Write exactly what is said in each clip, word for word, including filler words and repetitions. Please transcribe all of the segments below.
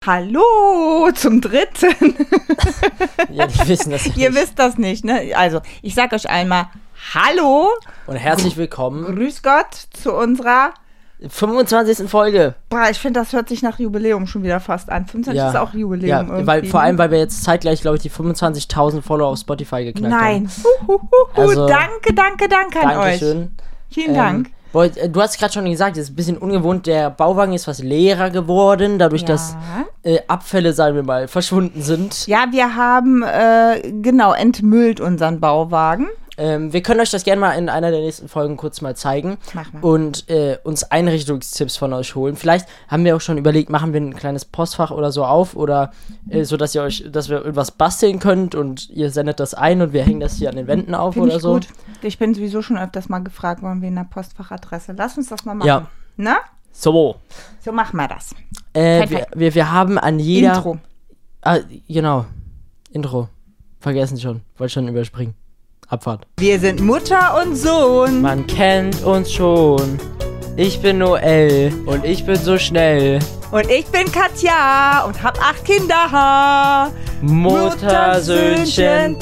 Hallo zum dritten. Ja, die wissen das nicht. Ihr wisst das nicht, ne? Also, ich sag euch einmal Hallo. Und herzlich willkommen. Grüß Gott zu unserer fünfundzwanzigsten Folge. Boah, ich finde, das hört sich nach Jubiläum schon wieder fast an. fünfundzwanzig ja. ist auch Jubiläum ja, irgendwie. Weil, vor allem, weil wir jetzt zeitgleich, glaube ich, die fünfundzwanzigtausend Follower auf Spotify geknackt Nein. haben. Nein. Also, danke, danke, danke an Dankeschön. euch. Vielen ähm, Dank. Boah, du hast gerade schon gesagt, es ist ein bisschen ungewohnt, der Bauwagen ist was leerer geworden, dadurch, Ja. dass äh, Abfälle, sagen wir mal, verschwunden sind. Ja, wir haben, äh, genau, entmüllt unseren Bauwagen. Ähm, wir können euch das gerne mal in einer der nächsten Folgen kurz mal zeigen. Mach mal. Und äh, uns Einrichtungstipps von euch holen. Vielleicht haben wir auch schon überlegt, machen wir ein kleines Postfach oder so auf oder äh, so, dass ihr euch, dass wir irgendwas basteln könnt und ihr sendet das ein und wir hängen das hier an den Wänden auf Find oder ich so. Gut. Ich bin sowieso schon öfters mal gefragt worden wegen der Postfachadresse. Lass uns das mal machen. Ja. Ne? So. So machen wir das. Äh, Fett, wir, fett. wir, wir haben an jeder... Intro. Ah, genau. Intro. Vergessen schon. Wollte schon überspringen. Abfahrt. Wir sind Mutter und Sohn. Man kennt uns schon. Ich bin Noel und ich bin so schnell. Und ich bin Katja und hab acht Kinder. Muttersöhnchen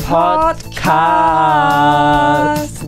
Podcast.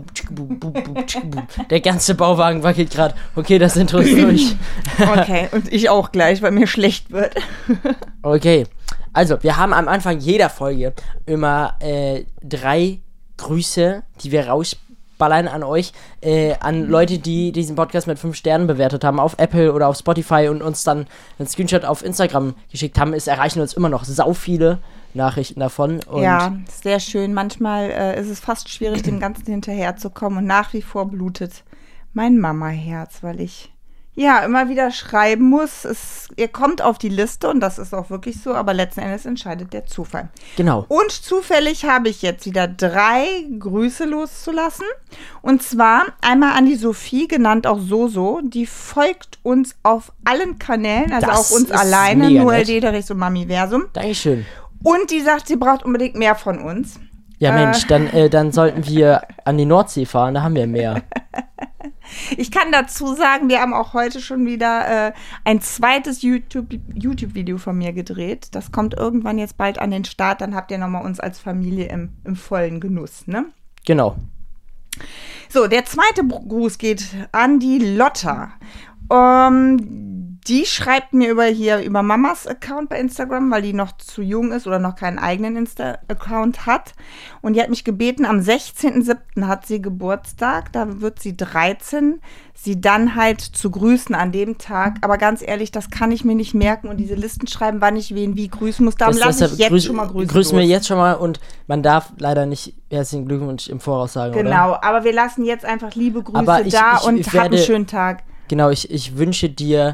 Der ganze Bauwagen wackelt gerade. Okay, das Intro ist durch. Okay, und ich auch gleich, weil mir schlecht wird. Okay, also wir haben am Anfang jeder Folge immer äh, drei Grüße, die wir rausballern an euch, äh, an Leute, die diesen Podcast mit fünf Sternen bewertet haben, auf Apple oder auf Spotify und uns dann einen Screenshot auf Instagram geschickt haben. Es erreichen uns immer noch sau viele Nachrichten davon. Und ja, sehr schön. Manchmal äh, ist es fast schwierig, dem Ganzen hinterherzukommen und nach wie vor blutet mein Mama-Herz, weil ich ja immer wieder schreiben muss. Es, ihr kommt auf die Liste und das ist auch wirklich so, aber letzten Endes entscheidet der Zufall. Genau. Und zufällig habe ich jetzt wieder drei Grüße loszulassen. Und zwar einmal an die Sophie, genannt auch Soso. Die folgt uns auf allen Kanälen, also Das auch uns ist alleine, mega Noel nett. Dederichs und Mamiversum. Dankeschön. Und die sagt, sie braucht unbedingt mehr von uns. Ja, Äh. Mensch, dann, äh, dann sollten wir an die Nordsee fahren, da haben wir mehr. Ich kann dazu sagen, wir haben auch heute schon wieder äh, ein zweites YouTube, YouTube-Video von mir gedreht. Das kommt irgendwann jetzt bald an den Start. Dann habt ihr nochmal uns als Familie im, im vollen Genuss, ne? Genau. So, der zweite Gruß geht an die Lotta. Ähm, die schreibt mir über hier über Mamas Account bei Instagram, weil die noch zu jung ist oder noch keinen eigenen Insta-Account hat. Und die hat mich gebeten, am sechzehnten siebten hat sie Geburtstag, da wird sie dreizehn, sie dann halt zu grüßen an dem Tag. Aber ganz ehrlich, das kann ich mir nicht merken und diese Listen schreiben, wann ich wen wie grüßen muss. Darum lasse ich jetzt grüß, schon mal grüßen. Grüßen wir los. jetzt schon mal und man darf leider nicht herzlichen Glückwunsch im Voraus sagen, Genau, oder? aber wir lassen jetzt einfach liebe Grüße Aber ich- da ich- und ich hab werde- einen schönen Tag. Genau, ich, ich wünsche dir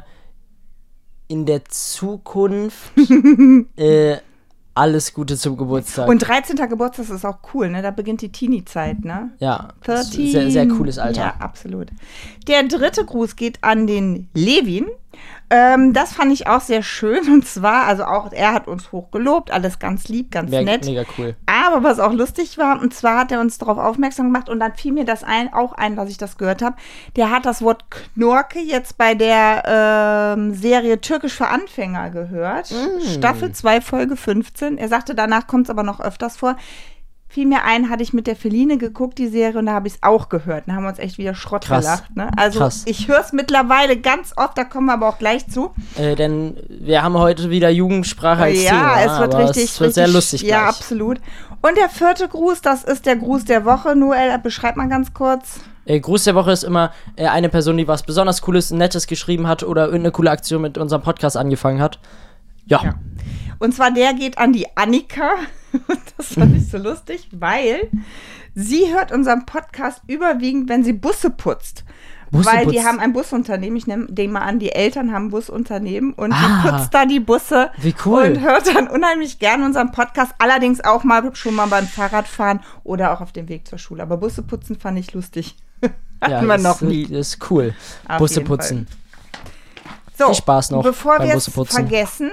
in der Zukunft äh, alles Gute zum Geburtstag. Und dreizehnter Geburtstag ist auch cool, ne? Da beginnt die Teenie-Zeit, ne? ja, das ist dreizehn. sehr, sehr cooles Alter. Ja, absolut. Der dritte Gruß geht an den Levin. Ähm, das fand ich auch sehr schön. Und zwar, also auch er hat uns hochgelobt, alles ganz lieb, ganz Mega, nett. mega cool. Aber was auch lustig war, und zwar hat er uns darauf aufmerksam gemacht und dann fiel mir das ein, auch ein, was ich das gehört habe. Der hat das Wort Knorke jetzt bei der ähm, Serie Türkisch für Anfänger gehört. Mm. Staffel zwei, Folge fünfzehn. Er sagte, danach kommt es aber noch öfters vor. Fiel mir ein, hatte ich mit der Feline geguckt, die Serie, und da habe ich es auch gehört. Da haben wir uns echt wieder Schrott Krass. gelacht. Ne? Also Krass. ich höre es mittlerweile ganz oft, da kommen wir aber auch gleich zu. Äh, denn wir haben heute wieder Jugendsprache als Ja, Thema. es wird aber richtig, es wird richtig, sehr lustig Ja, gleich. absolut. Und der vierte Gruß, das ist der Gruß der Woche. Noel, beschreib mal ganz kurz. Äh, Gruß der Woche ist immer äh, eine Person, die was besonders Cooles, Nettes geschrieben hat oder irgendeine coole Aktion mit unserem Podcast angefangen hat. Ja. Ja. Und zwar der geht an die Annika. Das fand ich so lustig, weil sie hört unseren Podcast überwiegend, wenn sie Busse putzt. Busse weil die putzt. haben ein Busunternehmen, ich nehme den mal an, die Eltern haben ein Busunternehmen und Ah. sie putzt da die Busse Wie cool. und hört dann unheimlich gerne unseren Podcast, allerdings auch mal schon mal beim Fahrradfahren oder auch auf dem Weg zur Schule. Aber Busse putzen fand ich lustig. Hatten ja, wir das, noch nie. Das ist cool. Auf Busse jeden putzen. So, Viel Spaß noch bevor beim wir Busse es putzen. vergessen,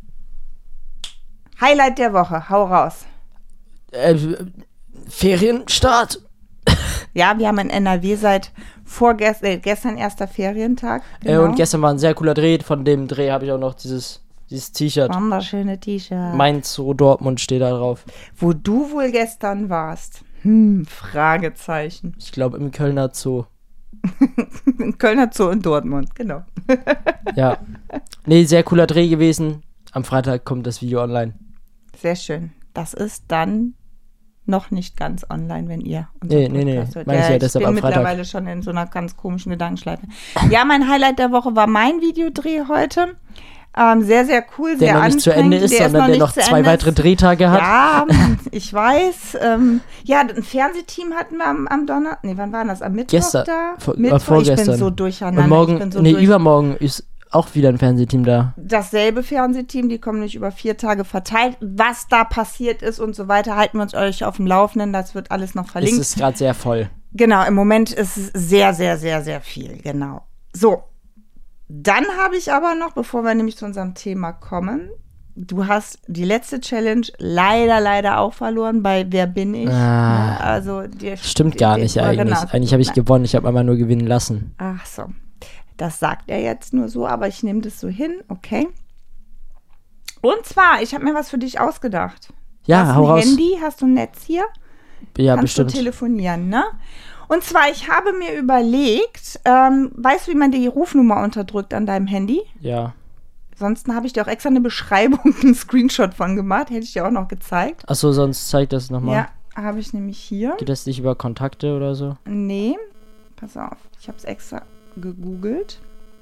Highlight der Woche, hau raus. Äh, Ferienstart. Ja, wir haben in N R W seit vorgestern, äh, gestern erster Ferientag. Äh, und gestern war ein sehr cooler Dreh. Von dem Dreh habe ich auch noch dieses Dieses T-Shirt. Wunderschöne T-Shirt. Mainz zu Dortmund steht da drauf. Wo du wohl gestern warst? Hm, Fragezeichen. Ich glaube im Kölner Zoo. In Kölner Zoo in Dortmund, genau. Ja. Nee, sehr cooler Dreh gewesen. Am Freitag kommt das Video online. Sehr schön. Das ist dann noch nicht ganz online, wenn ihr Nee, nee, nee. hört. Meine ich ja, deshalb ich bin am Freitag. mittlerweile schon in so einer ganz komischen Gedankenschleife. Ja, mein Highlight der Woche war mein Videodreh heute. Ähm, sehr, sehr cool, Der sehr noch nicht zu Ende ist, der sondern der noch zu zwei Ende weitere ist. Drehtage hat. Ja, ich weiß. Ähm, ja, ein Fernsehteam hatten wir am, am Donnerstag. Nee, wann war das? Am Mittwoch Gestern. da? Vor, Mittwoch? vorgestern. Ich bin so durcheinander. Und morgen, ich bin so nee, durch. übermorgen ist auch wieder ein Fernsehteam da. Dasselbe Fernsehteam, die kommen nicht über vier Tage verteilt. Was da passiert ist und so weiter, halten wir uns euch auf dem Laufenden. Das wird alles noch verlinkt. Es ist gerade sehr voll. Genau, im Moment ist es sehr, sehr, sehr, sehr viel. Genau. So, dann habe ich aber noch, bevor wir nämlich zu unserem Thema kommen, du hast die letzte Challenge leider, leider auch verloren bei Wer bin ich? Ah, Ne? Also dir Stimmt gar dir- nicht dir- eigentlich. genau. Eigentlich habe ich Nein. gewonnen, ich habe einmal nur gewinnen lassen. Ach so. Das sagt er jetzt nur so, aber ich nehme das so hin, okay? Und zwar, ich habe mir was für dich ausgedacht. Ja, hast hau ein raus. Handy, hast du ein Netz hier? Ja, Kannst bestimmt. du telefonieren, ne? Und zwar, ich habe mir überlegt, ähm, weißt du, wie man die Rufnummer unterdrückt an deinem Handy? Ja. Ansonsten habe ich dir auch extra eine Beschreibung, einen Screenshot von gemacht, hätte ich dir auch noch gezeigt. Achso, sonst zeig das nochmal. Ja, habe ich nämlich hier. Geht das nicht über Kontakte oder so? Nee, pass auf, ich habe es extra gegoogelt.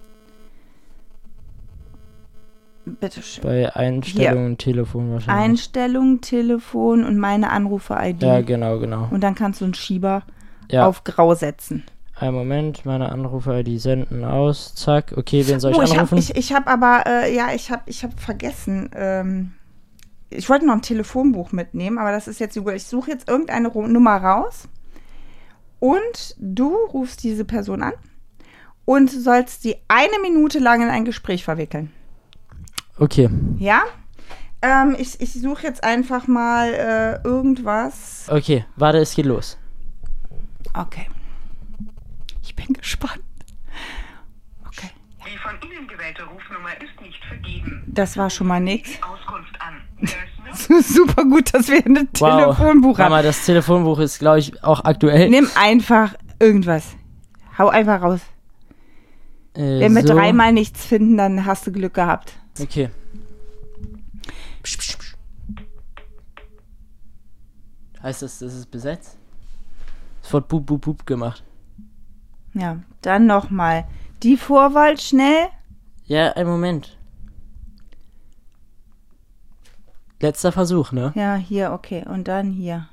Bitte schön. Bei Einstellungen, Telefon wahrscheinlich. Einstellungen, Telefon und meine Anrufe-I D. Ja, genau, genau. Und dann kannst du einen Schieber Ja, auf Grau setzen. einen Moment, meine Anrufe-I D senden aus. Zack, okay, wen soll ich Oh, ich habe anrufen? ich, ich hab aber, äh, ja, ich habe ich hab vergessen, ähm, ich wollte noch ein Telefonbuch mitnehmen, aber das ist jetzt, ich suche jetzt irgendeine Ru- Nummer raus und du rufst diese Person an und sollst sie eine Minute lang in ein Gespräch verwickeln. Okay, Ja? Ähm, ich ich suche jetzt einfach mal äh, irgendwas. okay, warte, es geht los. Okay. Ich bin gespannt. Okay. Die von Ihnen gewählte Rufnummer ist nicht vergeben. Das war schon mal nix. Auskunft an. Super gut, dass wir ein Wow, Telefonbuch haben. Mama, das Telefonbuch ist, glaube ich, auch aktuell. Nimm einfach irgendwas. Hau einfach raus. Äh, Wenn wir so. dreimal nichts finden, dann hast du Glück gehabt. Okay. Psch, psch, psch. Heißt das, das ist besetzt? Es wird Boop, Boop, Boop gemacht. Ja, dann nochmal. Die Vorwahl schnell. Ja, einen Moment. Letzter Versuch, ne? Ja, hier, okay. Und dann hier.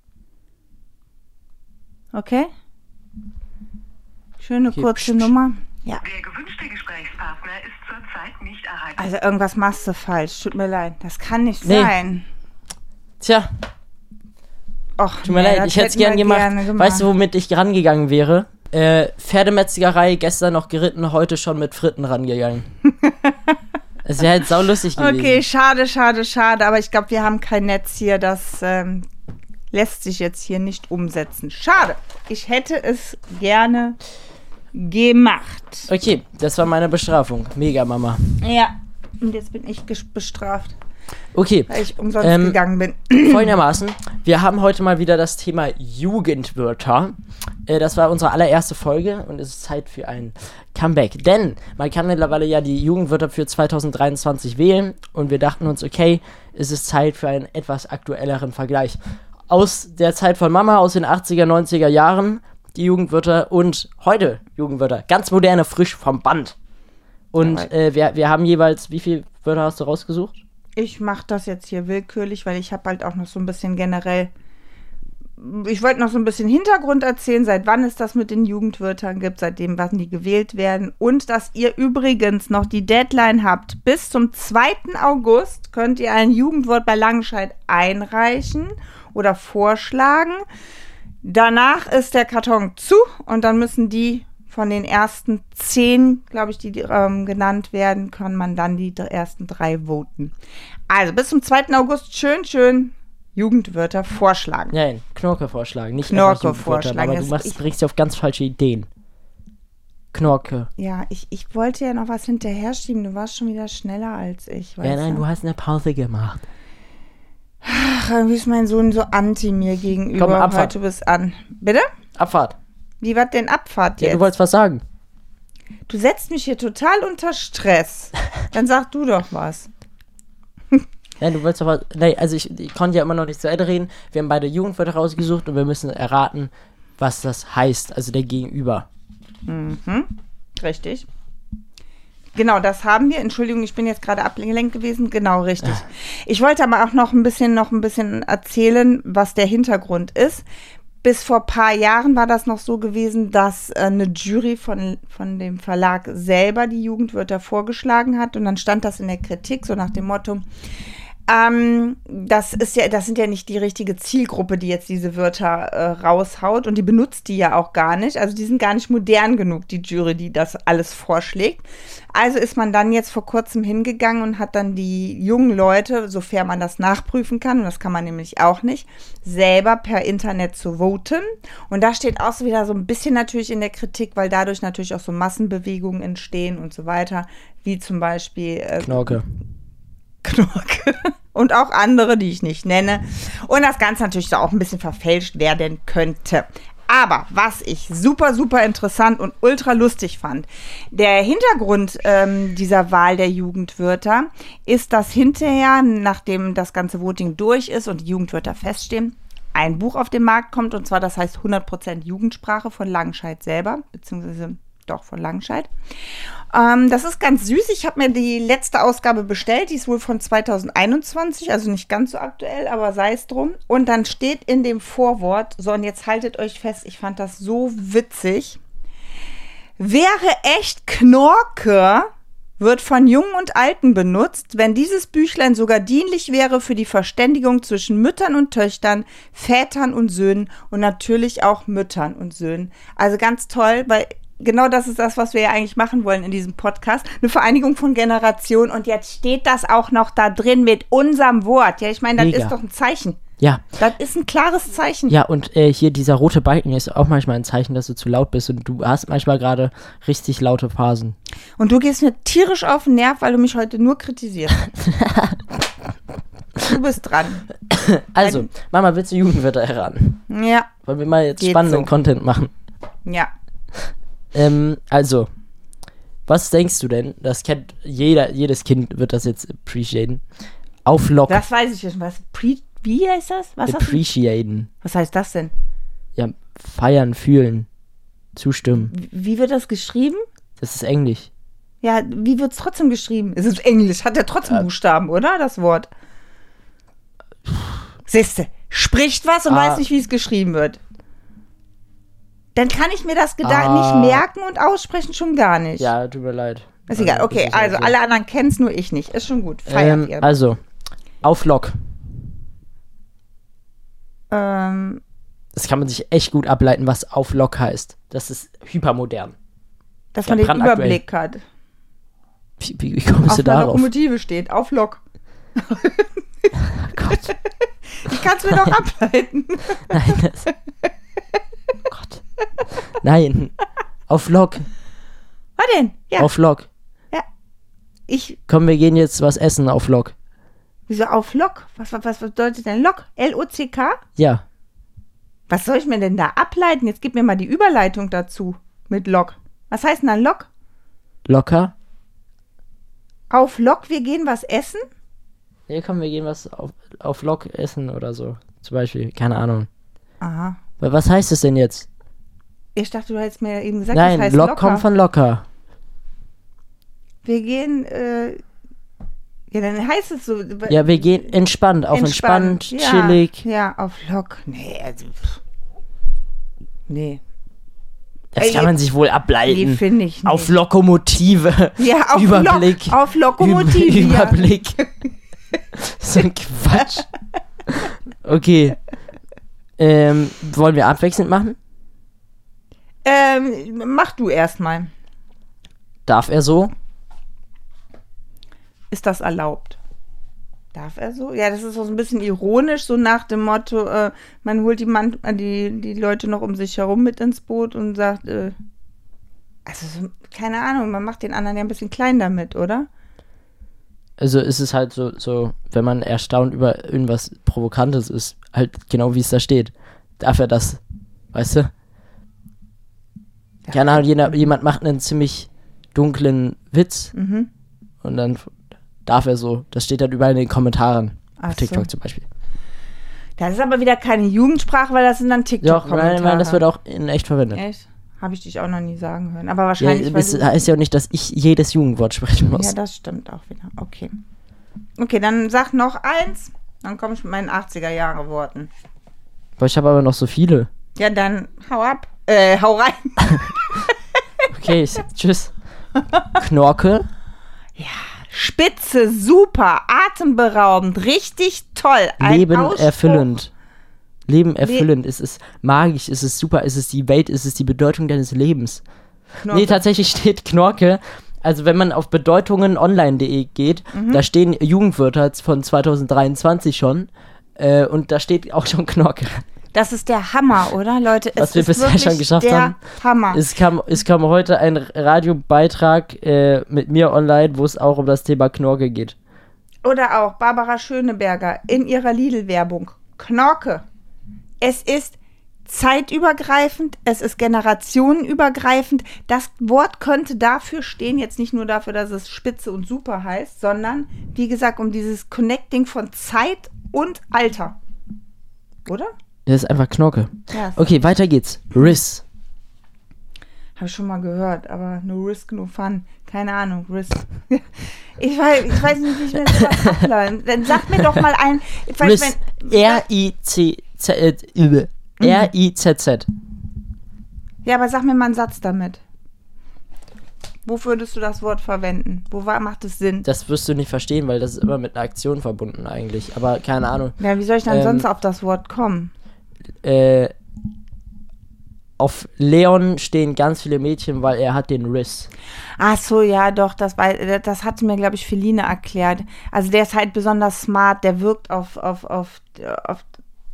Okay? Schöne Okay, kurze psch, psch. Nummer. Ja. Der gewünschte Gesprächspartner ist zurzeit nicht erreichbar. Also irgendwas machst du falsch. Tut mir leid. Das kann nicht Nee. sein. Tja, Och, tut mir nee, leid, das ich hätte es hätten gern wir gemacht. gerne gemacht. Weißt du, womit ich rangegangen wäre? Äh, Pferdemetzgerei, gestern noch geritten, heute schon mit Fritten rangegangen. Es wäre halt saulustig gewesen. Okay, schade, schade, schade. Aber ich glaube, wir haben kein Netz hier. Das ähm, lässt sich jetzt hier nicht umsetzen. Schade. Ich hätte es gerne gemacht. Okay, das war meine Bestrafung. Mega, Mama. Ja. Und jetzt bin ich ges- bestraft, Okay, weil ich umsonst Ähm, gegangen bin. folgendermaßen. Wir haben heute mal wieder das Thema Jugendwörter. Äh, das war unsere allererste Folge und es ist Zeit für ein Comeback. Denn man kann mittlerweile ja die Jugendwörter für zwanzig dreiundzwanzig wählen und wir dachten uns, okay, es ist Zeit für einen etwas aktuelleren Vergleich. Aus der Zeit von Mama, aus den achtziger, neunziger Jahren, die Jugendwörter und heute Jugendwörter. Ganz moderne, frisch vom Band. Und Jawohl. äh, wir, wir haben jeweils, wie viele Wörter hast du rausgesucht? Ich mache das jetzt hier willkürlich, weil ich habe halt auch noch so ein bisschen generell. Ich wollte noch so ein bisschen Hintergrund erzählen, seit wann es das mit den Jugendwörtern gibt, seitdem wann die gewählt werden. Und dass ihr übrigens noch die Deadline habt. Bis zum zweiten August könnt ihr ein Jugendwort bei Langenscheid einreichen oder vorschlagen. Danach ist der Karton zu und dann müssen die von den ersten zehn, glaube ich, die ähm, genannt werden, kann man dann die d- ersten drei voten. Also bis zum zweiten August schön, schön Jugendwörter vorschlagen. Nein, Knorke vorschlagen, nicht Knorke einfach Jugendwörter, vorschlagen, aber das- du machst, ich- bringst dich auf ganz falsche Ideen. Knorke. Ja, ich, ich wollte ja noch was hinterher schieben. Du warst schon wieder schneller als ich. Ja, weißt nein, du hast eine Pause gemacht. Ach, irgendwie ist mein Sohn so anti mir gegenüber. Komm, Abfahrt. Heute bist an. Bitte? Abfahrt. Wie war denn Abfahrt Ja, jetzt? du wolltest was sagen. Du setzt mich hier total unter Stress. Dann sag du doch was. Nein, du wolltest doch was... Nein, also ich, ich konnte ja immer noch nicht zu Ende reden. Wir haben beide Jugendwörter rausgesucht und wir müssen erraten, was das heißt. Also der Gegenüber. Mhm. Richtig. Genau, das haben wir. Entschuldigung, ich bin jetzt gerade abgelenkt gewesen. Genau, richtig. Ich wollte aber auch noch ein bisschen, noch ein bisschen erzählen, was der Hintergrund ist. Bis vor ein paar Jahren war das noch so gewesen, dass äh, eine Jury von, von dem Verlag selber die Jugendwörter vorgeschlagen hat. Und dann stand das in der Kritik, so nach dem Motto, ähm, das ist ja, das sind ja nicht die richtige Zielgruppe, die jetzt diese Wörter äh, raushaut. Und die benutzt die ja auch gar nicht. Also die sind gar nicht modern genug, die Jury, die das alles vorschlägt. Also ist man dann jetzt vor kurzem hingegangen und hat dann die jungen Leute, sofern man das nachprüfen kann, und das kann man nämlich auch nicht, selber per Internet zu voten. Und da steht auch so wieder so ein bisschen natürlich in der Kritik, weil dadurch natürlich auch so Massenbewegungen entstehen und so weiter, wie zum Beispiel äh, Knorke. Knorke und auch andere, die ich nicht nenne. Und das Ganze natürlich so auch ein bisschen verfälscht werden könnte. Aber was ich super, super interessant und ultra lustig fand, der Hintergrund ähm, dieser Wahl der Jugendwörter ist, dass hinterher, nachdem das ganze Voting durch ist und die Jugendwörter feststehen, ein Buch auf den Markt kommt, und zwar das heißt hundert Prozent Jugendsprache von Langenscheidt selber, beziehungsweise doch von Langenscheidt. Ähm, das ist ganz süß. Ich habe mir die letzte Ausgabe bestellt. Die ist wohl von zweitausendeinundzwanzig, also nicht ganz so aktuell, aber sei es drum. Und dann steht in dem Vorwort, so, und jetzt haltet euch fest, ich fand das so witzig. Wäre echt Knorke, wird von Jungen und Alten benutzt, wenn dieses Büchlein sogar dienlich wäre für die Verständigung zwischen Müttern und Töchtern, Vätern und Söhnen und natürlich auch Müttern und Söhnen. Also ganz toll, weil genau das ist das, was wir ja eigentlich machen wollen in diesem Podcast. Eine Vereinigung von Generationen. Und jetzt steht das auch noch da drin mit unserem Wort. Ja, ich meine, das Mega. ist doch ein Zeichen. Ja. Das ist ein klares Zeichen. Ja, und äh, hier dieser rote Balken ist auch manchmal ein Zeichen, dass du zu laut bist. Und du hast manchmal gerade richtig laute Phasen. Und du gehst mir tierisch auf den Nerv, weil du mich heute nur kritisierst. Du bist dran. Also, Mama, willst du Jugendwörter erraten? Ja. Wollen wir mal jetzt Geht spannenden so. Content machen? Ja. Ähm, also, was denkst du denn? Das kennt jeder, jedes Kind wird das jetzt appreciaten. Auflocken. Das weiß ich jetzt. Was? Pre- Wie heißt das? Was, hast du? Appreciaten. Was heißt das denn? Ja, feiern, fühlen, zustimmen. Wie wird das geschrieben? Das ist Englisch. Ja, wie wird es trotzdem geschrieben? Es ist Englisch. Hat ja trotzdem Ja. Buchstaben, oder? Das Wort. Siehste, spricht was und Ah. weiß nicht, wie es geschrieben wird. Dann kann ich mir das Geda- Ah. nicht merken und aussprechen schon gar nicht. Ja, tut mir leid. Ist egal. Das Okay, ist halt also so. alle anderen kennen es, nur ich nicht. Ist schon gut. Feiert Ähm, ihr. also, Auflock. Ähm, Das kann man sich echt gut ableiten, was Auflock heißt. Das ist hypermodern. dass Ja, man den brandaktuell. Überblick hat. Wie, wie, wie kommst Auf du der darauf? Lokomotive steht. Auf Lok. Gott. Ich kann es mir doch ableiten. Nein, das. Gott. Nein. Auf Lok. Was denn? Ja, Auf Lok. ich. Komm, wir gehen jetzt was essen auf Lok. Wieso auf Lok? Was, was, was bedeutet denn Lok? L O C K? Ja. Was soll ich mir denn da ableiten? Jetzt gib mir mal die Überleitung dazu mit Lok. Was heißt denn da Lok? Locker. Auf Lok, wir gehen was essen? Ja, komm, wir gehen was auf, auf Lok essen oder so. Zum Beispiel. Keine Ahnung. Aha. Wa- Was heißt es denn jetzt? Ich dachte, du hättest mir eben gesagt, Nein, das heißt Lok locker. kommt von locker. Wir gehen, äh, ja, dann heißt es so. Ja, wir gehen entspannt, auf entspannt, ja, chillig. Ja, auf Lok. Nee, also. pff. Nee. Das Ey, kann man sich wohl Nee, ableiten. finde ich nicht. Auf Lokomotive. ja, auf Überblick. Lok, auf Lokomotive. Über- ja. Überblick. So ein Quatsch. Okay. Ähm, wollen wir abwechselnd machen? Ähm, mach du erstmal. Darf er so? Ist das erlaubt? Darf er so? Ja, das ist so ein bisschen ironisch, so nach dem Motto, äh, man holt die, Mann, äh, die, die Leute noch um sich herum mit ins Boot und sagt, äh, Also, so, keine Ahnung, man macht den anderen ja ein bisschen klein damit, oder? Also ist es halt so, so, wenn man erstaunt über irgendwas Provokantes ist, halt genau wie es da steht. Darf er das, weißt du? Ja. Keine Ahnung, jeder, jemand macht einen ziemlich dunklen Witz Mhm. und dann darf er so. Das steht dann überall in den Kommentaren. Ach Auf TikTok so. zum Beispiel. Das ist aber wieder keine Jugendsprache, weil das sind dann Doch, nein, TikTok-Kommentare. nein, das wird auch in echt verwendet. Echt? Habe ich dich auch noch nie sagen hören. Aber Ja, wahrscheinlich, weil es du... heißt ja auch nicht, dass ich jedes Jugendwort sprechen muss. Ja, das stimmt auch wieder. Okay. Okay, dann sag noch eins. Dann komme ich mit meinen achtziger-Jahre-Worten. Boah, ich habe aber noch so viele. Ja, dann hau ab. Äh, hau rein. Okay, ich, tschüss. Knorke. Spitze, super, atemberaubend, richtig toll. Ein Leben Ausspruch. erfüllend. Leben erfüllend. Es ist magisch, es ist super, es ist die Welt, es ist die Bedeutung deines Lebens. Knorke. Nee, tatsächlich steht Knorke. Also wenn man auf bedeutungen online punkt de geht, Mhm. da stehen Jugendwörter von zwanzig dreiundzwanzig schon. Äh, und da steht auch schon Knorke. Das ist der Hammer, oder, Leute? Was es wir ist bisher wirklich schon geschafft der haben. Hammer. Es kam, es kam heute ein Radiobeitrag äh, mit mir online, wo es auch um das Thema Knorke geht. Oder auch Barbara Schöneberger in ihrer Lidl-Werbung. Knorke. Es ist zeitübergreifend, es ist generationenübergreifend. Das Wort könnte dafür stehen, jetzt nicht nur dafür, dass es spitze und super heißt, sondern, wie gesagt, um dieses Connecting von Zeit und Alter. Oder? Das ist einfach Knorke. Ja, Okay, weiter geht's. Riss. habe ich schon mal gehört, aber no risk, no fun. Keine Ahnung, risk. Ich weiß, ich weiß nicht, wie ich mir das was ableiten. Dann sag mir doch mal ein... Ich weiß, Riss. wenn, R I C Z Z. R I Z Z. ja, aber sag mir mal einen Satz damit. Wo würdest du das Wort verwenden? Wo war, macht es Sinn? Das wirst du nicht verstehen, weil das ist immer mit einer Aktion verbunden eigentlich. Aber keine Ahnung. Ja, wie soll ich dann Ähm, sonst auf das Wort kommen? Äh, auf Leon stehen ganz viele Mädchen, weil er hat den Riss. Ach so, ja, doch, das, war, das hatte mir, glaube ich, Feline erklärt. Also der ist halt besonders smart, der wirkt auf, auf, auf, auf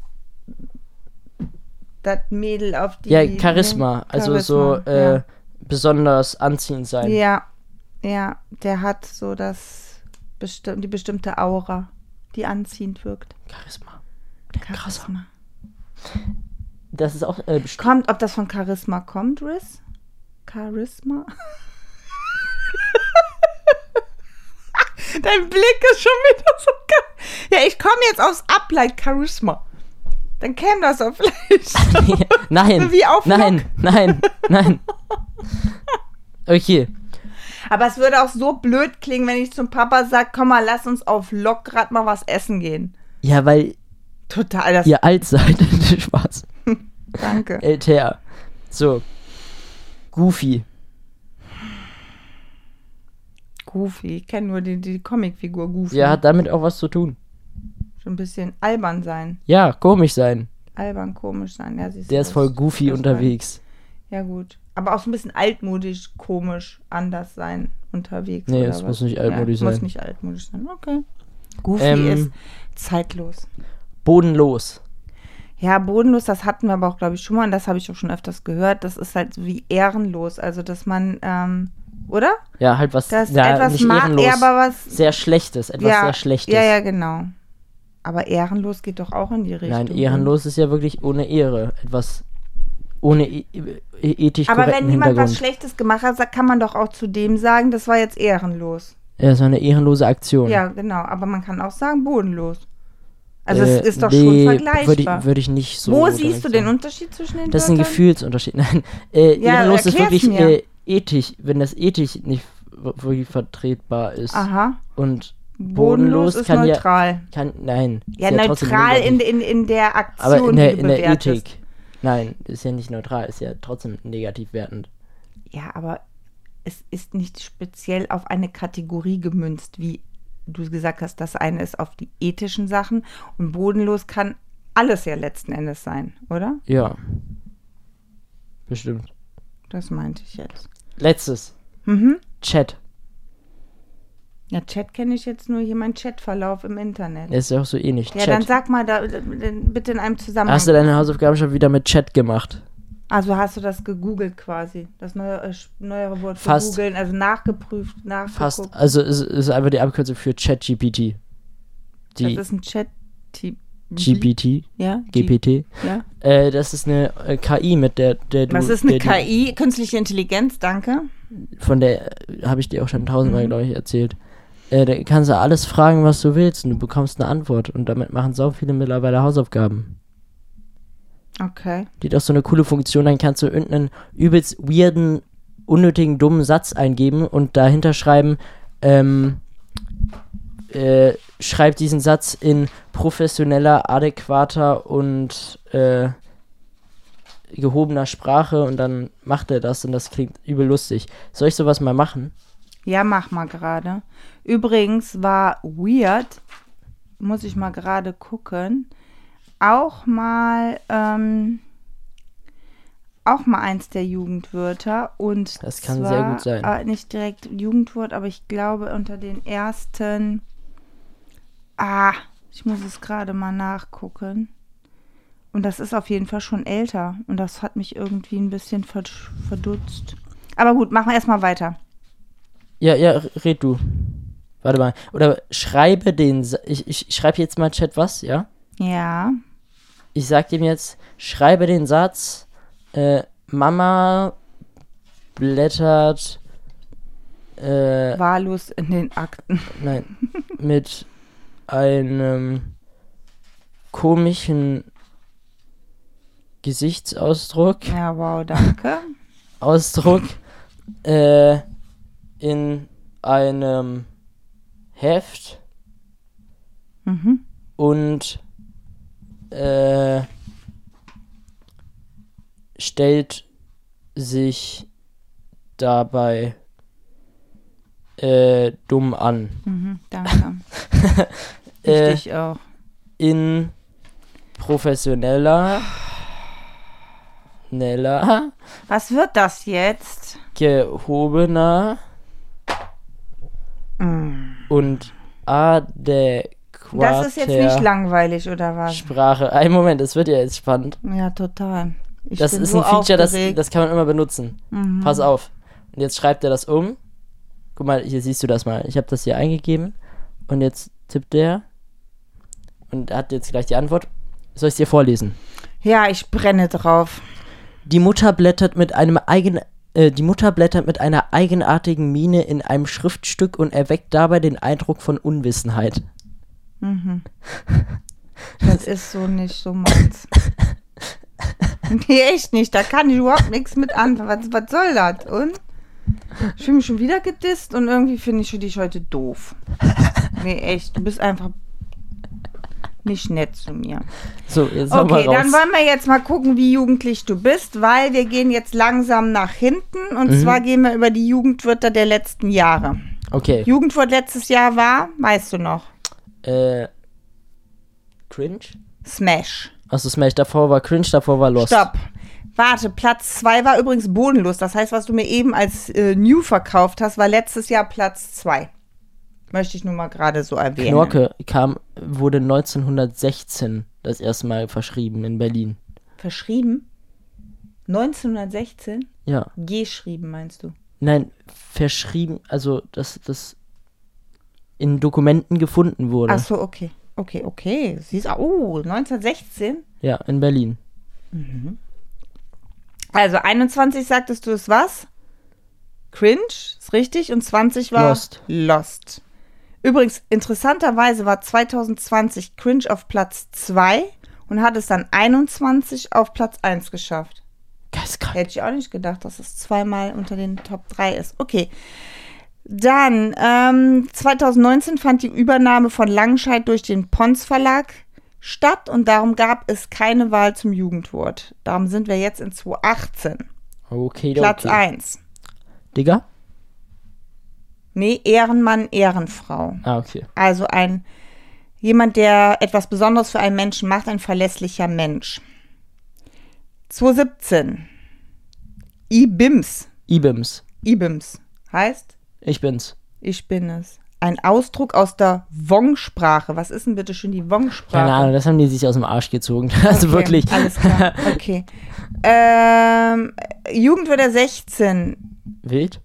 das Mädel, auf die... Ja, Charisma. ne? Also Charisma, so äh, ja. besonders anziehend sein. Ja, ja, der hat so das besti- die bestimmte Aura, die anziehend wirkt. Charisma. Charisma. Das ist auch äh, best- Kommt, ob das von Charisma kommt, Riz? Charisma? Dein Blick ist schon wieder so geil. Ja, ich komme jetzt aufs Ableit Charisma. Dann käme das doch vielleicht. Nein, Wie auf nein, nein, nein. Okay. Aber es würde auch so blöd klingen, wenn ich zum Papa sage, komm mal, lass uns auf Lok grad mal was essen gehen. Ja, weil Total, das... ihr alt seid. Spaß. Danke. Älter. So. Goofy. Goofy, ich kenne nur die, die Comicfigur Goofy. Ja, hat damit auch was zu tun. Schon ein bisschen albern sein. Ja, komisch sein. Albern, komisch sein. Ja, siehst du, Der ist das- voll goofy das unterwegs. war- Ja, gut. Aber auch so ein bisschen altmodisch, komisch, anders sein unterwegs. Nee, oder es was? muss nicht altmodisch ja, Muss sein. nicht altmodisch sein. Okay. Goofy Ähm, ist zeitlos. Bodenlos. Ja, bodenlos, das hatten wir aber auch, glaube ich, schon mal. Und das habe ich auch schon öfters gehört. Das ist halt so wie ehrenlos. Also, dass man, ähm, oder? Ja, halt was, Das ja, etwas nicht mag, ehrenlos. ja, aber was... Sehr Schlechtes, etwas ja, sehr Schlechtes. Ja, ja, genau. Aber ehrenlos geht doch auch in die Richtung. Nein, ehrenlos ist ja wirklich ohne Ehre. Etwas ohne e e ethisch Aber korrekten wenn jemand Hintergrund. was Schlechtes gemacht hat, sa- kann man doch auch zu dem sagen, das war jetzt ehrenlos. Ja, das war eine ehrenlose Aktion. Ja, genau. Aber man kann auch sagen, bodenlos. Also Äh, es ist doch nee, schon Würde ich, vergleichbar. würd ich nicht so. Wo direkt siehst du den sagen. Unterschied zwischen den Das ist ein Wörtern? Gefühlsunterschied. Nein, äh, Ja, ehrenlos ist erklär's wirklich mir. äh, ethisch, wenn das ethisch nicht w- wirklich vertretbar ist. Aha. Und Bodenlos, bodenlos ist kann neutral. ja, kann, nein. Ja, ist trotzdem neutral in, negativ. in, in der Aktion, aber in der, die du in der bewertest. Ethik. Nein, ist ja nicht neutral, ist ja trotzdem negativ wertend. Ja, aber es ist nicht speziell auf eine Kategorie gemünzt, wie du gesagt hast, das eine ist auf die ethischen Sachen und bodenlos kann alles ja letzten Endes sein, oder? Ja. Bestimmt. Das meinte ich jetzt. Letztes. Mhm. Chat. Ja, Chat kenne ich jetzt nur hier, mein Chatverlauf im Internet. Der ist ja auch so ähnlich. Ja, Chat. dann sag mal da, äh, bitte in einem Zusammenhang. Hast du deine Hausaufgaben schon wieder mit Chat gemacht? Also hast du das gegoogelt quasi, das neue, äh, neuere Wort für Fast. googeln, also nachgeprüft, nachgeguckt. Fast. Also es ist einfach die Abkürzung für ChatGPT. Die Das ist ein Chat. G P T, Ja? G P T. Ja. Äh, das ist eine äh, K I, mit der, der du... Was ist eine der, K I? Künstliche Intelligenz, danke. Von der äh, habe ich dir auch schon tausendmal, Mhm. glaube ich, erzählt. Äh, da kannst du alles fragen, was du willst und du bekommst eine Antwort. Und damit machen so viele mittlerweile Hausaufgaben. Okay. Die hat auch so eine coole Funktion, dann kannst du irgendeinen übelst weirden, unnötigen, dummen Satz eingeben und dahinter schreiben, ähm, äh, schreib diesen Satz in professioneller, adäquater und äh, gehobener Sprache und dann macht er das und das klingt übel lustig. Soll ich sowas mal machen? Ja, mach mal gerade. Übrigens war weird, muss ich mal gerade gucken, auch mal, ähm, auch mal eins der Jugendwörter und Das kann zwar, sehr gut sein. Äh, nicht direkt Jugendwort, aber ich glaube unter den ersten, ah, ich muss es gerade mal nachgucken. Und das ist auf jeden Fall schon älter und das hat mich irgendwie ein bisschen verd- verdutzt. Aber gut, machen wir erstmal weiter. Ja, ja, red du. Warte mal. Oder schreibe den, Sa- ich, ich schreibe jetzt mal Chat was, ja? Ja. Ich sag dem jetzt, schreibe den Satz, äh, Mama blättert, äh, Wahllos in den Akten. nein, mit einem komischen Gesichtsausdruck, Ja, wow, danke. Ausdruck, äh, in einem Heft Mhm. und äh, stellt sich dabei äh, dumm an. Mhm, danke. Äh, Ich dich auch. in professioneller, schneller, Was wird das jetzt? gehobener Mm. und adäquater Das ist jetzt nicht langweilig, oder was? Sprache. Ein Moment, es wird ja jetzt spannend. Ja, total. Ich Das bin ist so ein Feature, das, aufgeregt. das kann man immer benutzen. Mhm. Pass auf. Und jetzt schreibt er das um. Guck mal, hier siehst du das mal. Ich habe das hier eingegeben. Und jetzt tippt der. Und er hat jetzt gleich die Antwort. Soll ich es dir vorlesen? Ja, ich brenne drauf. Die Mutter blättert mit einem eigen, äh, die Mutter blättert mit einer eigenartigen Miene in einem Schriftstück und erweckt dabei den Eindruck von Unwissenheit. Mhm. Das ist so nicht so meins. Nee, echt nicht. Da kann ich überhaupt nichts mit anfangen. Was, was soll das? Und? Ich fühle mich schon wieder gedisst und irgendwie finde ich dich heute doof. Nee, echt. Du bist einfach nicht nett zu mir. So, jetzt hau mal Okay, raus. dann wollen wir jetzt mal gucken, wie jugendlich du bist, weil wir gehen jetzt langsam nach hinten und Mhm. zwar gehen wir über die Jugendwörter der letzten Jahre. Okay. Jugendwort letztes Jahr war, weißt du noch, Äh, cringe? Smash. Achso, Smash. Davor war cringe, davor war Lost. Stopp. Warte, Platz zwei war übrigens bodenlos. Das heißt, was du mir eben als äh, New verkauft hast, war letztes Jahr Platz zwei. Möchte ich nur mal gerade so erwähnen. Knorke kam, wurde neunzehnhundertsechzehn das erste Mal verschrieben in Berlin. Verschrieben? neunzehnhundertsechzehn? Ja. Geschrieben, meinst du? Nein, verschrieben, also dass das in Dokumenten gefunden wurde. Ach so, okay. Okay, okay. Siehst du, oh, neunzehnhundertsechzehn? Ja, in Berlin. Also einundzwanzig sagtest du es was? Cringe, ist richtig. Und zwanzig war Lost. Lost. Übrigens, interessanterweise war zweitausendzwanzig Cringe auf Platz zwei und hat es dann einundzwanzig auf Platz eins geschafft. Geistkrank. Hätte ich auch nicht gedacht, dass es zweimal unter den Top drei ist. Okay. Dann, ähm, zweitausendneunzehn fand die Übernahme von Langenscheidt durch den Pons Verlag statt und darum gab es keine Wahl zum Jugendwort. Darum sind wir jetzt in zweitausendachtzehn. Okay, Platz okay. eins. Digga? Nee, Ehrenmann, Ehrenfrau. Ah, okay. Also ein jemand, der etwas Besonderes für einen Menschen macht, ein verlässlicher Mensch. zweitausendsiebzehn. I B I M S. I B I M S. I B I M S heißt, Ich bin's. ich bin es. Ein Ausdruck aus der Wong-Sprache. Was ist denn bitte schön die Wong-Sprache? Keine Ahnung, das haben die sich aus dem Arsch gezogen. Also Okay, wirklich. Alles klar, okay. ähm, Jugendwörter sechzehn. Wild?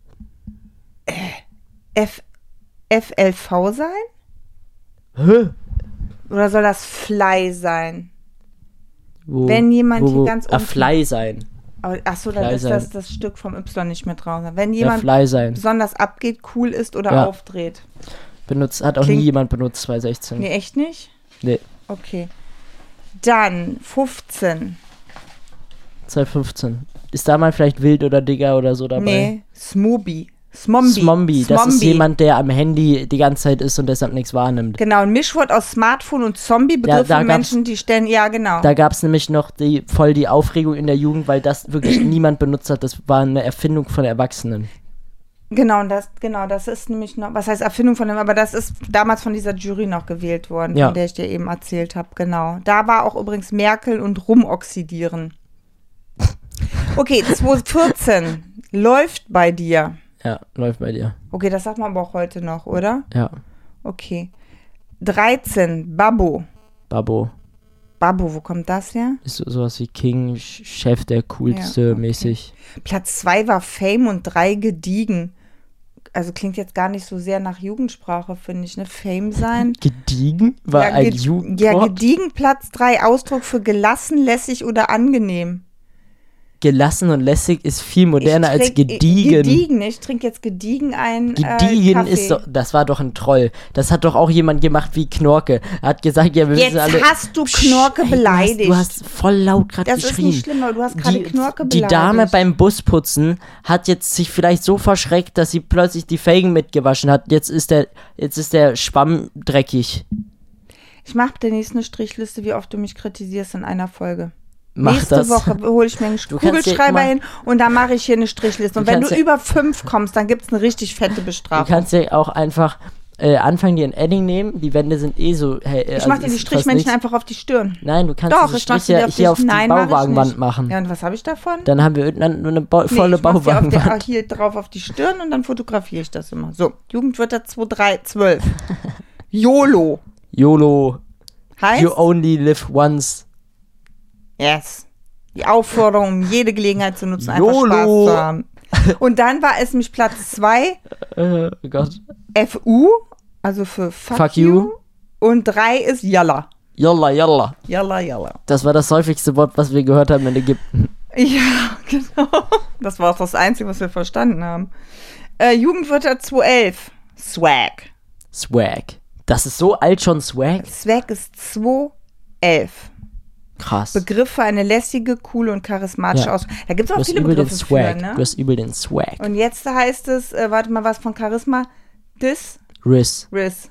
F, F L V sein? Hä? Oder soll das Fly sein? Wo, Wenn jemand wo, hier wo, ganz ah, unten- Fly sein. Achso, Fly dann ist sein. das das Stück vom Y nicht mehr drauf. Wenn Ja, jemand Fly sein. besonders abgeht, cool ist oder Ja. aufdreht. Benutzt, hat auch Klingt- nie jemand benutzt, zwanzig sechzehn. Nee, echt nicht? Nee, Okay. Dann fünfzehn. zwanzig fünfzehn. Ist da mal vielleicht Wild oder Digger oder so dabei? Nee, Smoby. Smombi. Smombi, das ist Smombi. jemand, der am Handy die ganze Zeit ist und deshalb nichts wahrnimmt. Genau, ein Mischwort aus Smartphone und Zombie, Begriff Ja, da für gab's- Menschen, die stellen, ja genau. Da gab es nämlich noch die, voll die Aufregung in der Jugend, weil das wirklich niemand benutzt hat. Das war eine Erfindung von Erwachsenen. Genau, und das, genau, das ist nämlich noch, was heißt Erfindung von dem, aber das ist damals von dieser Jury noch gewählt worden, Ja. von der ich dir eben erzählt habe, genau. Da war auch übrigens Merkel und Rumoxidieren. Okay, zweitausendvierzehn läuft bei dir. Ja, läuft bei dir. Okay, das sagt man aber auch heute noch, oder? Ja, Okay. dreizehn, Babbo. Babbo. Babbo, wo kommt das her? Ist so, sowas wie King, Sch- Chef, der coolste Ja, okay. mäßig. Platz zwei war Fame und drei gediegen. Also klingt jetzt gar nicht so sehr nach Jugendsprache, finde ich, ne? Fame sein. Gediegen war ja, ein ge- Jugendwort. Ja, gediegen Platz drei, Ausdruck für gelassen, lässig oder angenehm. Gelassen und lässig ist viel moderner Ich als trink- gediegen. Gediegen, ich trinke jetzt gediegen ein Gediegen äh, Kaffee. ist doch, das war doch ein Troll. Das hat doch auch jemand gemacht wie Knorke. Er hat gesagt, ja, wir Jetzt müssen alle... hast du Knorke Psst, ey, beleidigt. Du hast, du hast voll laut gerade Das ist geschrien. nicht schlimm, aber du hast gerade die, Knorke die beleidigt. Dame beim Busputzen hat jetzt sich vielleicht so verschreckt, dass sie plötzlich die Felgen mitgewaschen hat. Jetzt ist der, jetzt ist der Schwamm dreckig. Ich mache demnächst eine Strichliste, wie oft du mich kritisierst in einer Folge. Mach Nächste das. Woche hole ich mir einen Du kannst dir- Kugelschreiber guck mal. hin und dann mache ich hier eine Strichliste. Und Du wenn du kannst ja- über fünf kommst, dann gibt es eine richtig fette Du Bestrafung. kannst ja auch einfach äh, anfangen, dir ein Edding nehmen. Die Wände sind eh so... Hey, Ich mache dir die Strichmännchen einfach auf die Stirn. Nein, du kannst Doch, diese ich mache Striche dir auf die hier auf die Nein, mach ich Bauwagenwand nicht. machen. Ja, und was habe ich davon? Dann haben wir irgendwann eine ba volle nee, ich mach dir auf der, Bauwagenwand. hier drauf auf die Stirn und dann fotografiere ich das immer. So, Jugendwörter zwei drei zwölf. YOLO YOLO. heißt? You only live once. Yes. Die Aufforderung, um jede Gelegenheit zu nutzen, einfach YOLO. Spaß zu haben. Und dann war es nämlich Platz zwei, Äh, oh Gott. F U, also für Fuck, Fuck you. you. Und drei ist Yalla. Yalla, yalla. Yalla, Yalla. Das war das häufigste Wort, was wir gehört haben in Ägypten. Ja, genau. Das war auch das Einzige, was wir verstanden haben. Äh, Jugendwörter zwei elf. Swag. Swag. Das ist so alt schon Swag? Swag ist zwei elf. Krass. Begriff für eine lässige, coole und charismatische Ja. Ausdruck. Da gibt es Du auch hast viele übel den Begriffe Swag. für, ne? Du hast übel den Swag. Und jetzt heißt es, äh, warte mal, was von Charisma? Dis? Riss. Riss.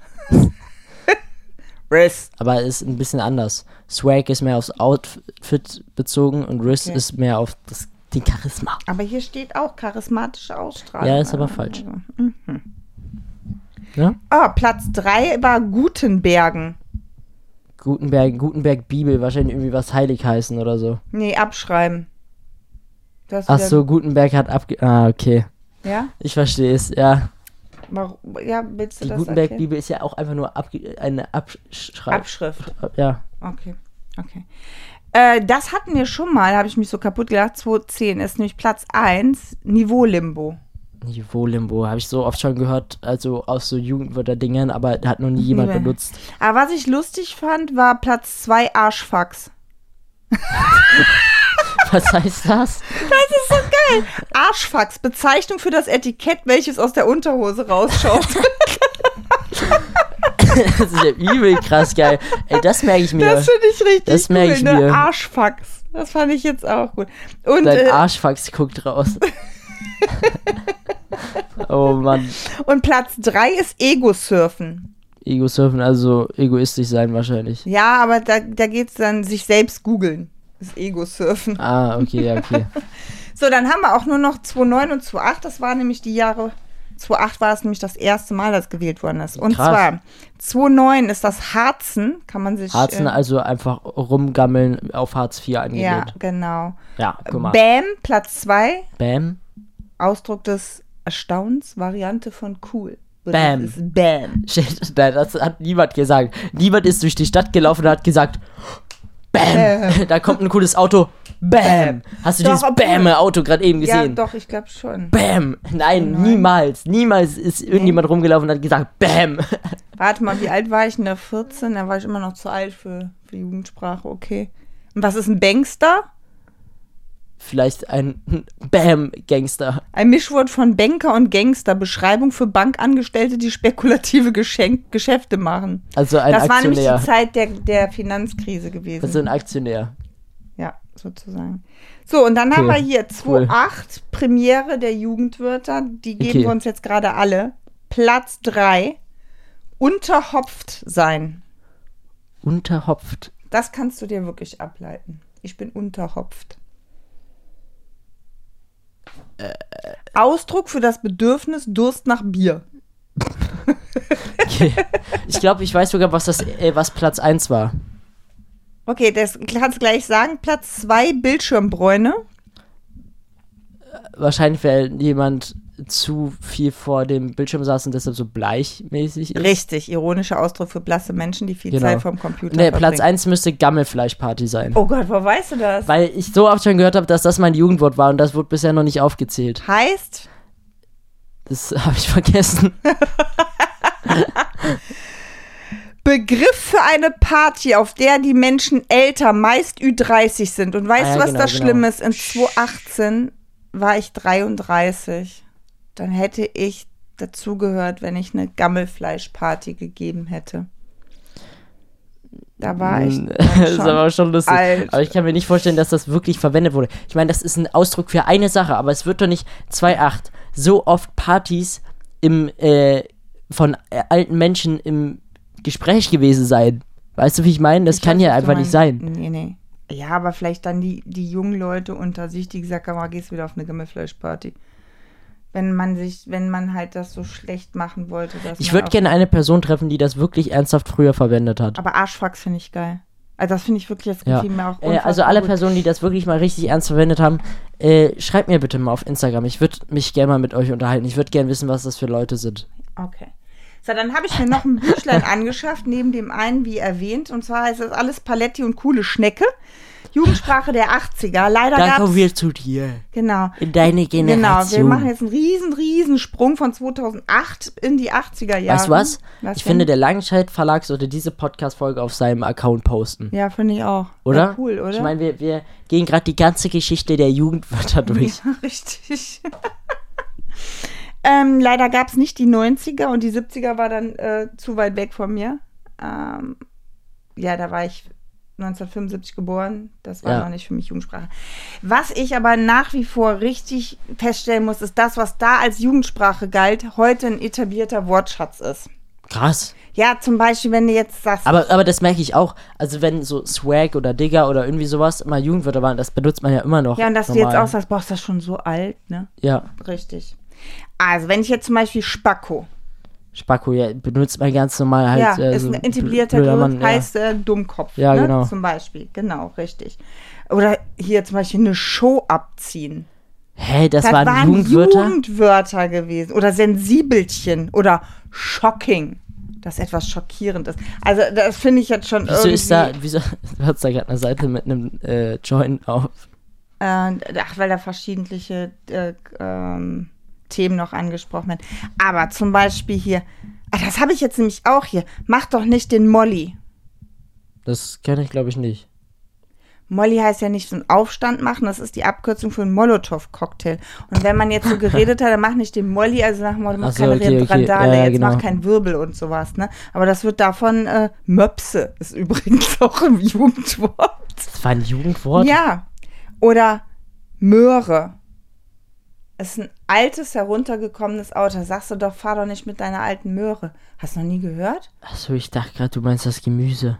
Riss. Aber ist ein bisschen anders. Swag ist mehr aufs Outfit bezogen und Riss Okay. ist mehr auf das, den Charisma. Aber hier steht auch charismatische Ausstrahlung. Ja, ist aber falsch. Also, mhm. Ja? Ah, Platz drei war Gutenbergen. Gutenberg, Gutenberg Bibel, wahrscheinlich irgendwie was heilig heißen oder so. Nee, abschreiben. Du hast Ach wieder- so, Gutenberg hat abge... Ah, okay. Ja? Ich verstehe es, ja. Warum? Ja, willst du Die das Gutenberg erklären? Bibel ist ja auch einfach nur abge eine Abschreibung. Abschrift. Ja. Okay, okay. Äh, das hatten wir schon mal, habe ich mich so kaputt gedacht. zweitausendzehn ist nämlich Platz eins, Niveau-Limbo. Niveau-Limbo, habe ich so oft schon gehört, also aus so Jugendwörter-Dingern, aber hat noch nie jemand Nee. benutzt. Aber was ich lustig fand, war Platz zwei Arschfax. Was heißt das? Das ist so geil. Arschfax, Bezeichnung für das Etikett, welches aus der Unterhose rausschaut. Das ist ja übel krass geil. Ey, das merke ich mir. Das finde ich richtig Das cool, merke ich ne? mir. Arschfax. Das fand ich jetzt auch gut. Und, Dein äh, Arschfax guckt raus. Oh Mann. und Platz drei ist Ego-Surfen. Ego-Surfen, also egoistisch sein wahrscheinlich. Ja, aber da, da geht es dann sich selbst googeln. Das Ego-Surfen. Ah, okay, ja, okay. So, dann haben wir auch nur noch zweitausendneun und zweitausendacht. Das waren nämlich die Jahre. zweitausendacht war es nämlich das erste Mal, dass gewählt worden ist. Und Krass. zwar zweitausendneun ist das Harzen. Kann man sich. Harzen, äh, also einfach rumgammeln auf Hartz vier Ja, angelehnt. genau. Ja, guck mal. Bam, Platz zwei. Bam. Ausdruck des Erstaunens, Variante von cool. Bam. Das ist Bam. Shit, nein, das hat niemand gesagt. Niemand ist durch die Stadt gelaufen und hat gesagt, Bam, Bam. da kommt ein cooles Auto, Bam. Hast du Doch, dieses obwohl- Bam-Auto gerade eben Ja, gesehen? doch, ich glaube schon. Bam. Nein, Nein. niemals. Niemals ist irgendjemand rumgelaufen und hat gesagt, Bam. Warte mal, wie alt war ich denn da? vierzehn? Da war ich immer noch zu alt für, für Jugendsprache, okay. Und was ist ein Bankster? Vielleicht ein Bam-Gangster. Ein Mischwort von Banker und Gangster. Beschreibung für Bankangestellte, die spekulative Geschenk Geschäfte machen. Also ein das war nämlich Aktionär. die Zeit der, der Finanzkrise gewesen. Also ein Aktionär. Ja, sozusagen. So, und dann Okay, haben wir hier cool. zwei Komma acht, Premiere der Jugendwörter. Die geben Okay. wir uns jetzt gerade alle. Platz drei, unterhopft sein. Unterhopft. Das kannst du dir wirklich ableiten. Ich bin unterhopft. Ausdruck für das Bedürfnis Durst nach Bier. Okay. Ich glaube, ich weiß sogar, was das, äh, was Platz eins war. Okay, das kannst du gleich sagen. Platz zwei, Bildschirmbräune. Wahrscheinlich, weil jemand zu viel vor dem Bildschirm saß und deshalb so bleichmäßig ist. Richtig, ironischer Ausdruck für blasse Menschen, die viel Genau. Zeit vorm Computer Nee, verbringen. Platz eins müsste Gammelfleischparty sein. Oh Gott, wo weißt du das? Weil ich so oft schon gehört habe, dass das mein Jugendwort war und das wurde bisher noch nicht aufgezählt. Heißt, Das habe ich vergessen. Begriff für eine Party, auf der die Menschen älter, meist Ü dreißig sind. Und weißt Ah ja, du, was genau, das genau. Schlimme ist? In zweitausendachtzehn war ich dreiunddreißig. Dann hätte ich dazugehört, wenn ich eine Gammelfleischparty gegeben hätte. Da war ich dann Das ist schon aber schon lustig. alt. Aber ich kann mir nicht vorstellen, dass das wirklich verwendet wurde. Ich meine, das ist ein Ausdruck für eine Sache, aber es wird doch nicht zwei Komma acht so oft Partys im, äh, von äh, alten Menschen im Gespräch gewesen sein. Weißt du, wie ich meine? Das Ich kann weiß, ja was du einfach nicht sein. meinst. Nee, nee. Ja, aber vielleicht dann die, die jungen Leute unter sich, die gesagt haben, ah, gehst wieder auf eine Gammelfleischparty. Wenn man sich, wenn man halt das so schlecht machen wollte. Dass Ich man würde auf- gerne eine Person treffen, die das wirklich ernsthaft früher verwendet hat. Aber Arschfax finde ich geil. Also das finde ich wirklich, das Ja. gefiel mir auch Äh, unfassbar also alle gut. Personen, die das wirklich mal richtig ernst verwendet haben, äh, schreibt mir bitte mal auf Instagram. Ich würde mich gerne mal mit euch unterhalten. Ich würde gerne wissen, was das für Leute sind. Okay. So, dann habe ich mir noch ein Büchlein angeschafft, neben dem einen, wie erwähnt. Und zwar heißt das alles Paletti und coole Schnecke. Jugendsprache der achtziger. Leider Da gab kommen es... wir zu dir. Genau. In deine Genau, Generation. wir machen jetzt einen riesen, riesen Sprung von zweitausendacht in die achtziger Jahre. Weißt du was? was ich denn? finde, der Langenscheidt Verlag sollte diese Podcast-Folge auf seinem Account posten. Ja, finde ich auch. Oder? Ja, cool, oder? Ich meine, wir, wir gehen gerade die ganze Geschichte der Jugendwörter durch. Ja, richtig. ähm, leider gab es nicht die neunziger und die siebziger war dann äh, zu weit weg von mir. Ähm, ja, da war ich neunzehnhundertfünfundsiebzig geboren. Das war Ja. noch nicht für mich Jugendsprache. Was ich aber nach wie vor richtig feststellen muss, ist das, was da als Jugendsprache galt, heute ein etablierter Wortschatz ist. Krass. Ja, zum Beispiel, wenn du jetzt sagst, Aber, aber das merke ich auch. Also wenn so Swag oder Digger oder irgendwie sowas mal Jugendwörter waren, das benutzt man ja immer noch. ja, und dass du normal. jetzt auch sagst, boah, ist das schon so alt, ne? Ja, Richtig. Also, wenn ich jetzt zum Beispiel Spacko, Spacko, ja, benutzt man ganz normal halt. ja, äh, ist so ein etablierter blöder Begriff, Mann, ja. heißt äh, Dummkopf, Ja, ne? genau. Zum Beispiel, genau, richtig. Oder hier zum Beispiel eine Show abziehen. Hä, das, Das waren, waren Jugendwörter? Jugendwörter gewesen. Oder Sensibelchen oder shocking, das etwas schockierend ist. Also, das finde ich jetzt schon Wieso irgendwie... ist da, wieso, du hast da gerade eine Seite mit einem äh, Joint auf. Äh, ach, weil da verschiedentliche äh, ähm, Themen noch angesprochen werden. Aber zum Beispiel hier, ah, das habe ich jetzt nämlich auch hier, mach doch nicht den Molly. Das kenne ich, glaube ich, nicht. Molly heißt ja nicht so einen Aufstand machen, das ist die Abkürzung für einen Molotow-Cocktail. Und wenn man jetzt so geredet hat, dann mach nicht den Molly, also nach dem Motto, mach Ach so, keine okay, okay. Randale, Ja, ja, jetzt genau. mach keinen Wirbel und sowas, ne? Aber das wird davon, äh, Möpse ist übrigens auch im Jugendwort. Das war ein Jugendwort? Ja. Oder Möhre. Ist ein altes, heruntergekommenes Auto. Da sagst du doch, fahr doch nicht mit deiner alten Möhre. Hast du noch nie gehört? Achso, ich dachte gerade, du meinst das Gemüse.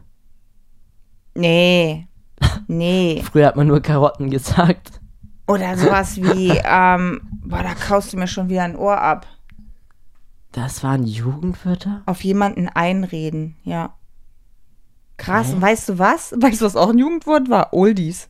Nee. Nee. Früher hat man nur Karotten gesagt. Oder sowas wie, ähm, boah, da kaust du mir schon wieder ein Ohr ab. Das waren Jugendwörter? Auf jemanden einreden, ja. Krass, Hä? und weißt du was? Weißt du, was auch ein Jugendwort war? Oldies.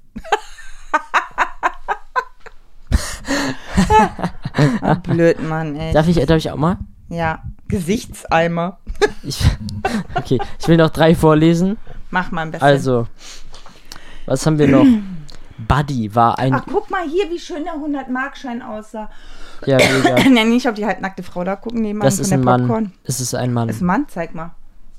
Ah, blöd, Mann, ey. Darf ich, darf ich auch mal? Ja, Gesichtseimer. Ich, okay, ich will noch drei vorlesen. Mach mal ein bisschen. Also, was haben wir noch? Buddy war ein... Ach, guck mal hier, wie schön der hundert-Mark-Schein aussah. Ja, mega. Ja, nicht auf die halbnackte Frau da gucken, nebenan Das von ist der ein Popcorn. Mann. Das ist ein Mann. Das ist ein Mann? Zeig mal.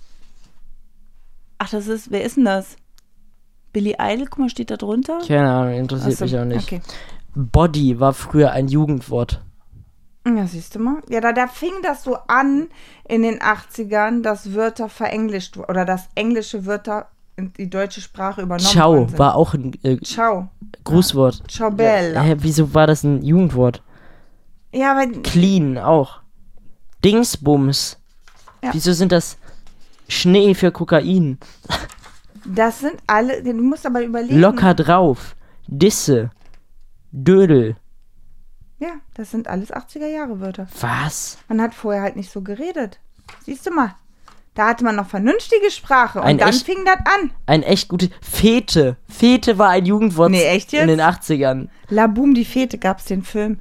Ach, das ist, wer ist denn das? Billy Idol, guck mal, steht da drunter? Keine Ahnung, interessiert Achso, mich auch nicht. Okay. Body war früher ein Jugendwort. Ja, siehst du mal. Ja, da, da fing das so an in den achtzigern, dass Wörter verenglischt wurden oder dass englische Wörter in die deutsche Sprache übernommen Ciao worden sind. war auch ein äh, Ciao. Grußwort. Ciao Bella. Hä, wieso war das ein Jugendwort? Ja, aber Clean auch. Dingsbums. Ja. Wieso sind das Schnee für Kokain? das sind alle, du musst aber überlegen. Locker drauf. Disse. Dödel. Ja, das sind alles achtziger-Jahre-Wörter. Was? Man hat vorher halt nicht so geredet. Siehst du mal. Da hatte man noch vernünftige Sprache und Ein dann echt- fing das an. Ein echt gutes... Fete. Fete war ein Jugendwort Nee, echt jetzt? in den achtzigern. La Boom, die Fete gab's den Film.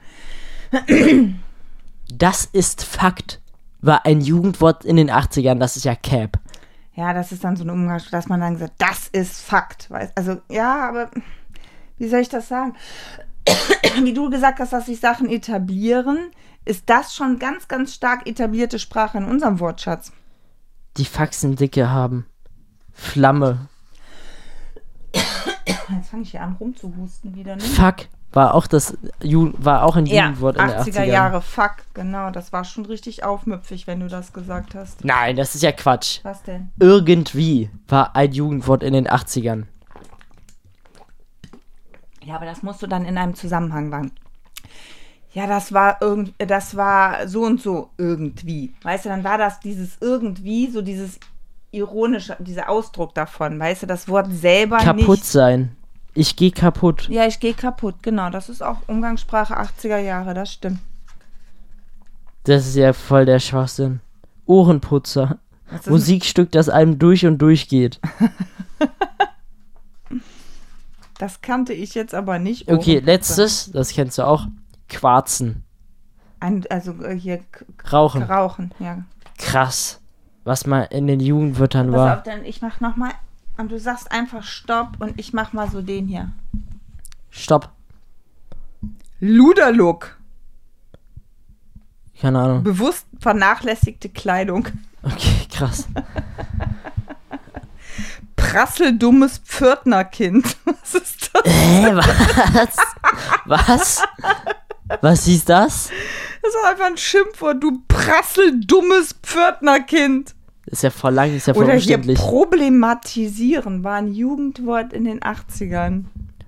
Das ist Fakt. War ein Jugendwort in den achtzigern. Das ist ja Cap. Ja, das ist dann so ein Umgang, dass man dann sagt, das ist Fakt. Weißt? Also, ja, aber wie soll ich das sagen? Wie du gesagt hast, dass sich Sachen etablieren, ist das schon ganz, ganz stark etablierte Sprache in unserem Wortschatz. Die Faxen dicke haben. Flamme. Jetzt fange ich hier an rumzuhusten wieder, ne? Fuck war auch das Ju- war auch ein Jugendwort in den achtziger achtzigern. Jahre, fuck, genau. Das war schon richtig aufmüpfig, wenn du das gesagt hast. Nein, das ist ja Quatsch. Was denn? Irgendwie war ein Jugendwort in den achtzigern. Ja, aber das musst du dann in einem Zusammenhang machen. Ja, das war irgend, das war so und so irgendwie. Weißt du, dann war das dieses irgendwie, so dieses ironische, dieser Ausdruck davon. Weißt du, das Wort selber Kaputt nicht. sein. Ich gehe kaputt. Ja, ich gehe kaputt, genau. Das ist auch Umgangssprache achtziger Jahre, das stimmt. Das ist ja voll der Schwachsinn. Ohrenputzer. Das ist Musikstück, das einem durch und durch geht. Das kannte ich jetzt aber nicht. Okay, Ohrenputzer. letztes, das kennst du auch. Quarzen. Ein, also äh, hier k- Rauchen. Rauchen, ja. Krass. Was mal in den Jugendwörtern Pass war. auf, dann ich mach nochmal. Und du sagst einfach Stopp und ich mach mal so den hier. Stopp. Luderlook. Keine Ahnung. Bewusst vernachlässigte Kleidung. Okay, krass. Prasseldummes Pförtnerkind. Was ist das? Hä, was? Was? Was hieß das? Das ist einfach ein Schimpfwort. Du prasseldummes Pförtnerkind. Das ist ja voll lang, das ist ja voll Oder hier umständlich. problematisieren war ein Jugendwort in den achtzigern.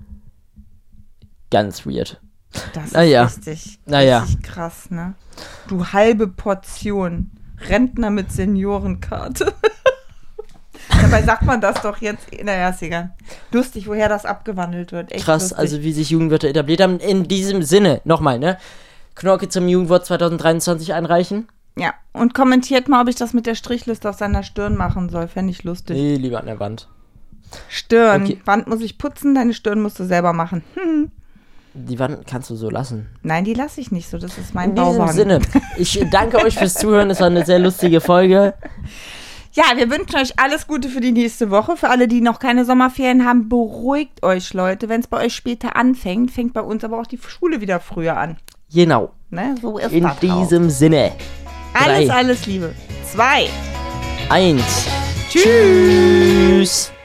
Ganz weird. Das ist Naja. richtig, Naja. richtig krass, ne? Du halbe Portion. Rentner mit Seniorenkarte. Dabei sagt man das doch jetzt, naja, ist egal. Lustig, woher das abgewandelt wird. Echt Krass, lustig. also wie sich Jugendwörter etabliert haben. In diesem Sinne, nochmal, ne? Knorke zum Jugendwort zwanzig dreiundzwanzig einreichen. Ja, und kommentiert mal, ob ich das mit der Strichliste auf seiner Stirn machen soll. Fände ich lustig. Nee, lieber an der Wand. Stirn. Okay. Wand muss ich putzen, deine Stirn musst du selber machen. Hm. Die Wand kannst du so lassen. Nein, die lasse ich nicht so. Das ist mein In diesem Bauwagen. Sinne, ich danke euch fürs Zuhören. Es war eine sehr lustige Folge. Ja, wir wünschen euch alles Gute für die nächste Woche. Für alle, die noch keine Sommerferien haben, beruhigt euch, Leute. Wenn es bei euch später anfängt, fängt bei uns aber auch die Schule wieder früher an. Genau. Ne? So ist In das auch. diesem Sinne. Alles, Drei. alles Liebe. Zwei. Eins. Tschüss. Tschüss.